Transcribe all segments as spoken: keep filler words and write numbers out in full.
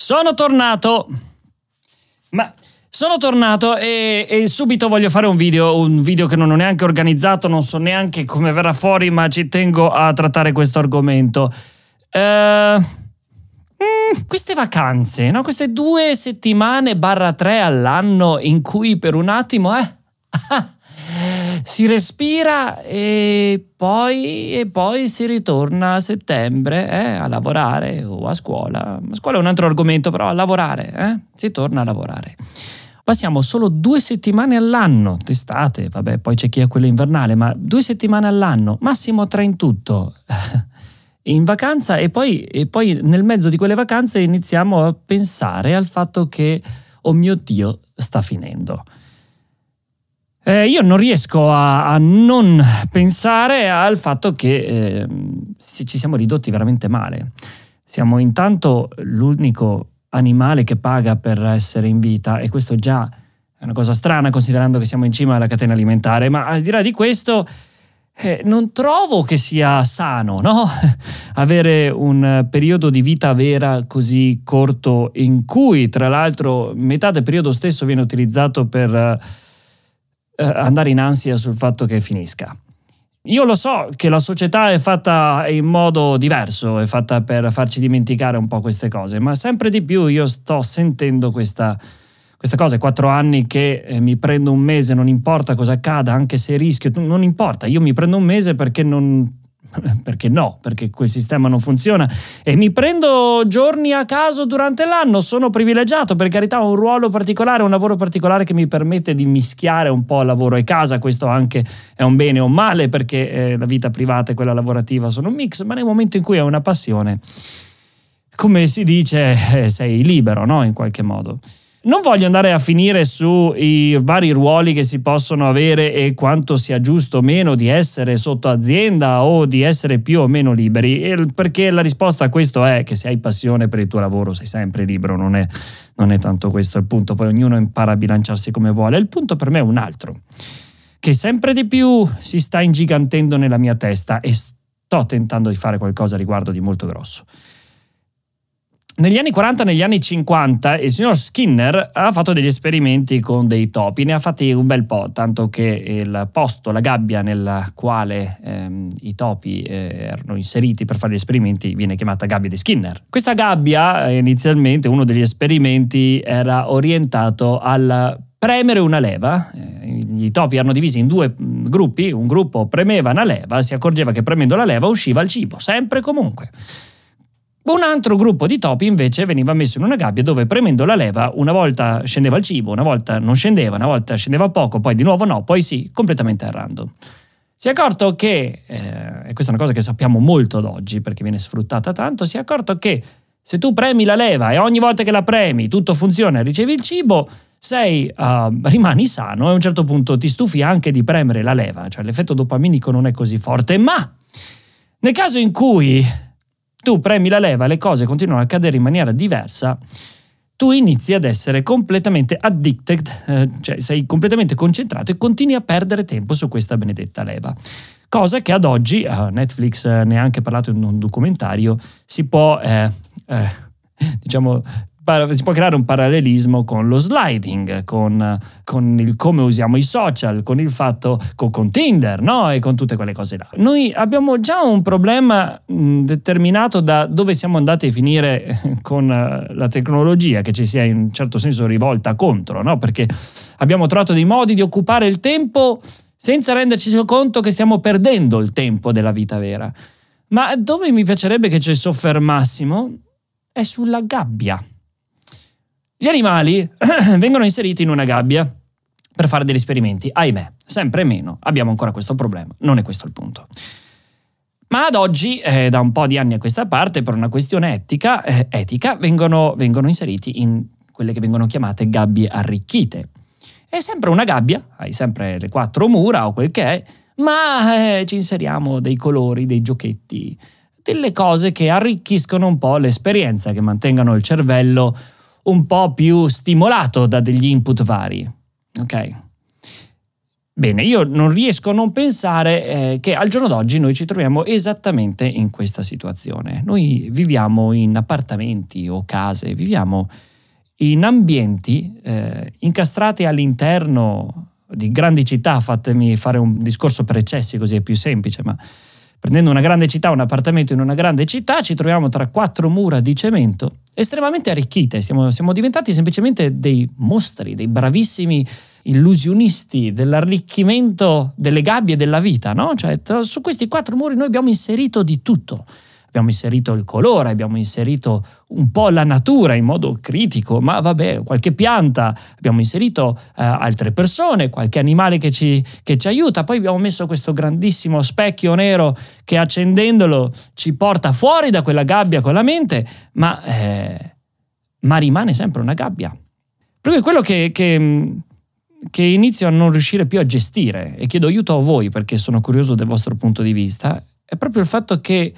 Sono tornato, ma sono tornato e, e subito voglio fare un video, un video che non ho neanche organizzato, non so neanche come verrà fuori, ma ci tengo a trattare questo argomento. Uh, mm, queste vacanze, no? Queste due settimane barra tre all'anno in cui per un attimo, eh, si respira e poi, e poi si ritorna a settembre eh, a lavorare o a scuola. A scuola è un altro argomento, però a lavorare, eh? Si torna a lavorare. Passiamo solo due settimane all'anno, d'estate, vabbè, poi c'è chi è quella invernale, ma due settimane all'anno, massimo tre in tutto, in vacanza e poi, e poi nel mezzo di quelle vacanze iniziamo a pensare al fatto che, oh mio Dio, sta finendo. Eh, io non riesco a, a non pensare al fatto che eh, ci siamo ridotti veramente male. Siamo intanto l'unico animale che paga per essere in vita e questo già è una cosa strana considerando che siamo in cima alla catena alimentare, ma al di là di questo eh, non trovo che sia sano, no? Avere un periodo di vita vera così corto in cui tra l'altro metà del periodo stesso viene utilizzato per andare in ansia sul fatto che finisca. Io lo so che la società è fatta in modo diverso, è fatta per farci dimenticare un po' queste cose, ma sempre di più io sto sentendo questa, questa cosa, quattro anni che eh, mi prendo un mese, non importa cosa accada, anche se rischio, non importa, io mi prendo un mese perché non... perché no, perché quel sistema non funziona e mi prendo giorni a caso durante l'anno, sono privilegiato, per carità, ho un ruolo particolare, un lavoro particolare che mi permette di mischiare un po' lavoro e casa, questo anche è un bene o un male perché eh, la vita privata e quella lavorativa sono un mix, ma nel momento in cui è una passione, come si dice, eh, sei libero, no? In qualche modo. Non voglio andare a finire sui vari ruoli che si possono avere e quanto sia giusto o meno di essere sotto azienda o di essere più o meno liberi, perché la risposta a questo è che se hai passione per il tuo lavoro sei sempre libero, non è, non è tanto questo il punto, poi ognuno impara a bilanciarsi come vuole. Il punto per me è un altro, che sempre di più si sta ingigantendo nella mia testa e sto tentando di fare qualcosa a riguardo di molto grosso. Negli anni quaranta, negli anni cinquanta, il signor Skinner ha fatto degli esperimenti con dei topi, ne ha fatti un bel po', tanto che il posto, la gabbia nella quale ehm, i topi eh, erano inseriti per fare gli esperimenti viene chiamata gabbia di Skinner. Questa gabbia, inizialmente, uno degli esperimenti era orientato al premere una leva. I topi erano divisi in due gruppi, un gruppo premeva una leva, si accorgeva che premendo la leva usciva il cibo, sempre e comunque. Un altro gruppo di topi invece veniva messo in una gabbia dove premendo la leva una volta scendeva il cibo, una volta non scendeva, una volta scendeva poco, poi di nuovo no, poi sì, completamente a random. Si è accorto che, eh, e questa è una cosa che sappiamo molto ad oggi perché viene sfruttata tanto, si è accorto che se tu premi la leva e ogni volta che la premi tutto funziona e ricevi il cibo, sei, uh, rimani sano e a un certo punto ti stufi anche di premere la leva, cioè l'effetto dopaminico non è così forte, ma nel caso in cui tu premi la leva e le cose continuano a accadere in maniera diversa, tu inizi ad essere completamente addicted, eh, cioè sei completamente concentrato e continui a perdere tempo su questa benedetta leva. Cosa che ad oggi, uh, Netflix uh, ne ha anche parlato in un documentario, si può, eh, eh, diciamo, si può creare un parallelismo con lo sliding, con, con il come usiamo i social, con il fatto, con, con Tinder, no? E con tutte quelle cose là. Noi abbiamo già un problema mh, determinato da dove siamo andati a finire con uh, la tecnologia, che ci sia in un certo senso rivolta contro, no? Perché abbiamo trovato dei modi di occupare il tempo senza renderci conto che stiamo perdendo il tempo della vita vera. Ma dove mi piacerebbe che ci soffermassimo è sulla gabbia. Gli animali vengono inseriti in una gabbia per fare degli esperimenti. Ahimè, sempre meno. Abbiamo ancora questo problema. Non è questo il punto. Ma ad oggi, eh, da un po' di anni a questa parte, per una questione etica, eh, etica vengono, vengono inseriti in quelle che vengono chiamate gabbie arricchite. È sempre una gabbia, hai sempre le quattro mura o quel che è, ma eh, ci inseriamo dei colori, dei giochetti, delle cose che arricchiscono un po' l'esperienza, che mantengano il cervello un po' più stimolato da degli input vari, ok? Bene, io non riesco a non pensare eh, che al giorno d'oggi noi ci troviamo esattamente in questa situazione. Noi viviamo in appartamenti o case, viviamo in ambienti eh, incastrati all'interno di grandi città. Fatemi fare un discorso per eccessi, così è più semplice, ma prendendo una grande città, un appartamento in una grande città, ci troviamo tra quattro mura di cemento estremamente arricchite. Siamo, siamo diventati semplicemente dei mostri, dei bravissimi illusionisti dell'arricchimento delle gabbie della vita, no? Cioè, su questi quattro muri noi abbiamo inserito di tutto. Abbiamo inserito il colore, abbiamo inserito un po' la natura in modo critico, ma vabbè, qualche pianta, abbiamo inserito eh, altre persone, qualche animale che ci, che ci aiuta, poi abbiamo messo questo grandissimo specchio nero che accendendolo ci porta fuori da quella gabbia con la mente, ma, eh, ma rimane sempre una gabbia. Proprio quello che, che, che inizio a non riuscire più a gestire, e chiedo aiuto a voi perché sono curioso del vostro punto di vista, è proprio il fatto che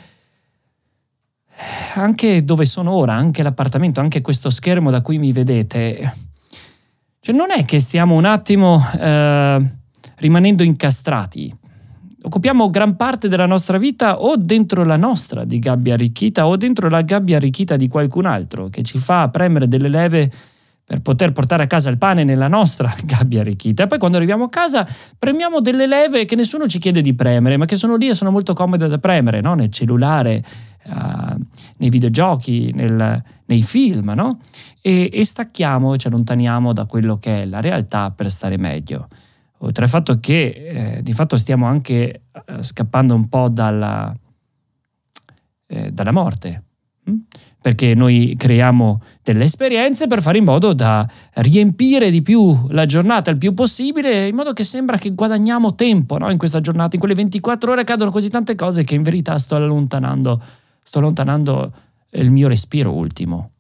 anche dove sono ora, anche l'appartamento, anche questo schermo da cui mi vedete, cioè non è che stiamo un attimo eh, rimanendo incastrati. Occupiamo gran parte della nostra vita o dentro la nostra di gabbia arricchita o dentro la gabbia arricchita di qualcun altro che ci fa premere delle leve per poter portare a casa il pane nella nostra gabbia arricchita. E poi quando arriviamo a casa premiamo delle leve che nessuno ci chiede di premere, ma che sono lì e sono molto comode da premere, no? Nel cellulare, uh, nei videogiochi, nel, nei film, no? E, e stacchiamo e ci allontaniamo da quello che è la realtà per stare meglio. Oltre al fatto che eh, di fatto stiamo anche uh, scappando un po' dalla, eh, dalla morte. Perché noi creiamo delle esperienze per fare in modo da riempire di più la giornata il più possibile, in modo che sembra che guadagniamo tempo, no? In questa giornata, in quelle ventiquattro ore accadono così tante cose che in verità sto allontanando, sto allontanando il mio respiro ultimo.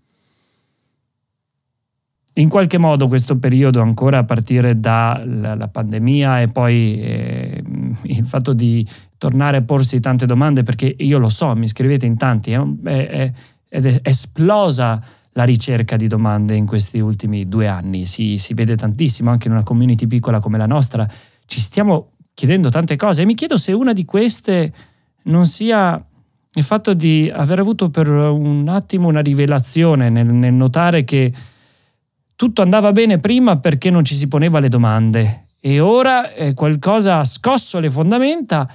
In qualche modo questo periodo, ancora a partire dalla pandemia e poi eh, il fatto di tornare a porsi tante domande, perché io lo so, mi scrivete in tanti, eh, è, è, è esplosa la ricerca di domande in questi ultimi due anni, si, si vede tantissimo anche in una community piccola come la nostra, ci stiamo chiedendo tante cose e mi chiedo se una di queste non sia il fatto di aver avuto per un attimo una rivelazione nel, nel notare che tutto andava bene prima perché non ci si poneva le domande e ora eh, qualcosa ha scosso le fondamenta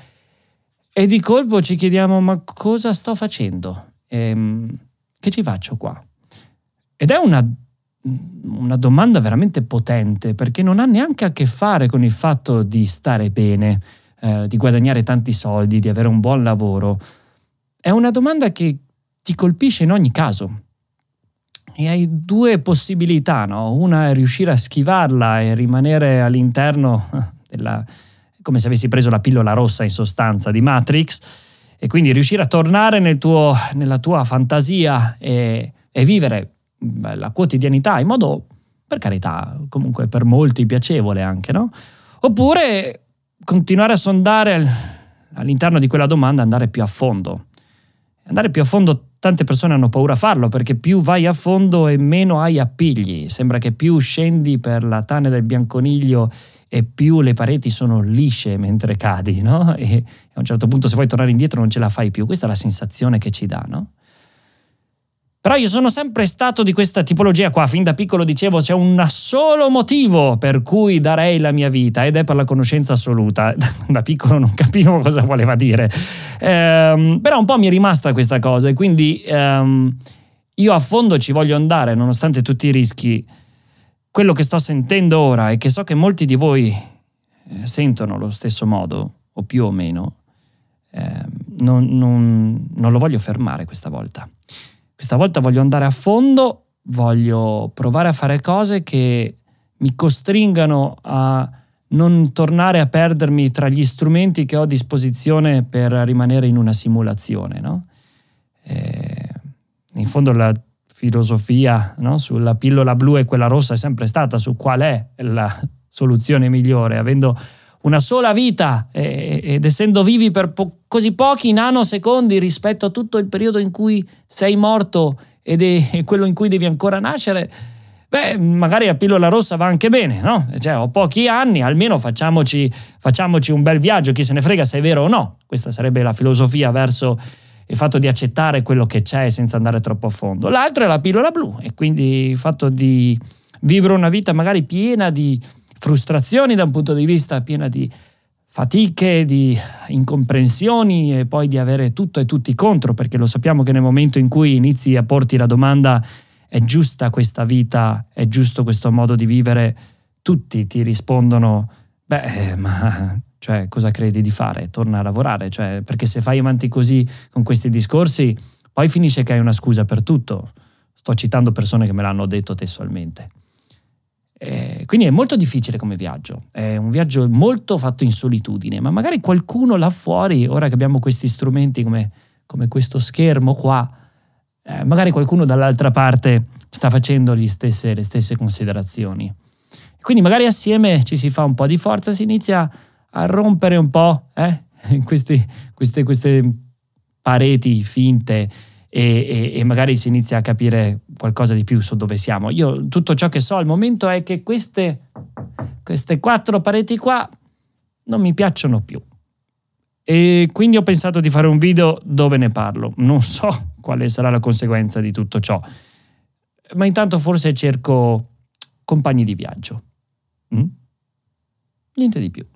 e di colpo ci chiediamo: ma cosa sto facendo? Ehm, che ci faccio qua? Ed è una, una domanda veramente potente, perché non ha neanche a che fare con il fatto di stare bene, eh, di guadagnare tanti soldi, di avere un buon lavoro. È una domanda che ti colpisce in ogni caso. E hai due possibilità, no? Una è riuscire a schivarla e rimanere all'interno della, come se avessi preso la pillola rossa in sostanza di Matrix, e quindi riuscire a tornare nel tuo, nella tua fantasia e, e vivere la quotidianità in modo, per carità, comunque per molti piacevole anche, no? Oppure continuare a sondare all'interno di quella domanda, andare più a fondo. Andare più a fondo, tante persone hanno paura a farlo, perché più vai a fondo e meno hai appigli. Sembra che più scendi per la tana del Bianconiglio e più le pareti sono lisce mentre cadi, no? E a un certo punto, se vuoi tornare indietro, non ce la fai più. Questa è la sensazione che ci dà, no? Però io sono sempre stato di questa tipologia qua, fin da piccolo dicevo c'è un solo motivo per cui darei la mia vita ed è per la conoscenza assoluta. Da piccolo non capivo cosa voleva dire, ehm, però un po' mi è rimasta questa cosa e quindi ehm, io a fondo ci voglio andare nonostante tutti i rischi. Quello che sto sentendo ora e che so che molti di voi eh, sentono allo stesso modo o più o meno, eh, non, non, non lo voglio fermare questa volta. Questa volta voglio andare a fondo, voglio provare a fare cose che mi costringano a non tornare a perdermi tra gli strumenti che ho a disposizione per rimanere in una simulazione, no? E in fondo la filosofia, no, sulla pillola blu e quella rossa è sempre stata su qual è la soluzione migliore, avendo una sola vita ed essendo vivi per po- così pochi nanosecondi rispetto a tutto il periodo in cui sei morto ed è quello in cui devi ancora nascere, beh, magari la pillola rossa va anche bene, no? Cioè, ho pochi anni, almeno facciamoci, facciamoci un bel viaggio, chi se ne frega se è vero o no. Questa sarebbe la filosofia verso il fatto di accettare quello che c'è senza andare troppo a fondo. L'altro è la pillola blu, e quindi il fatto di vivere una vita magari piena di frustrazioni da un punto di vista, piena di fatiche, di incomprensioni, e poi di avere tutto e tutti contro, perché lo sappiamo che nel momento in cui inizi a porti la domanda è giusta questa vita, è giusto questo modo di vivere, tutti ti rispondono beh, ma cioè, cosa credi di fare? Torna a lavorare, cioè, perché se fai avanti così con questi discorsi poi finisce che hai una scusa per tutto. Sto citando persone che me l'hanno detto testualmente. Eh, quindi è molto difficile come viaggio, è un viaggio molto fatto in solitudine, ma magari qualcuno là fuori, ora che abbiamo questi strumenti come, come questo schermo qua, eh, magari qualcuno dall'altra parte sta facendo gli stesse, le stesse considerazioni. Quindi magari assieme ci si fa un po' di forza, si inizia a rompere un po' eh, questi, queste, queste pareti finte, E, e, e magari si inizia a capire qualcosa di più su dove siamo. Io tutto ciò che so al momento è che queste, queste quattro pareti qua non mi piacciono più, e quindi ho pensato di fare un video dove ne parlo. Non so quale sarà la conseguenza di tutto ciò, ma intanto forse cerco compagni di viaggio. Mm? Niente di più.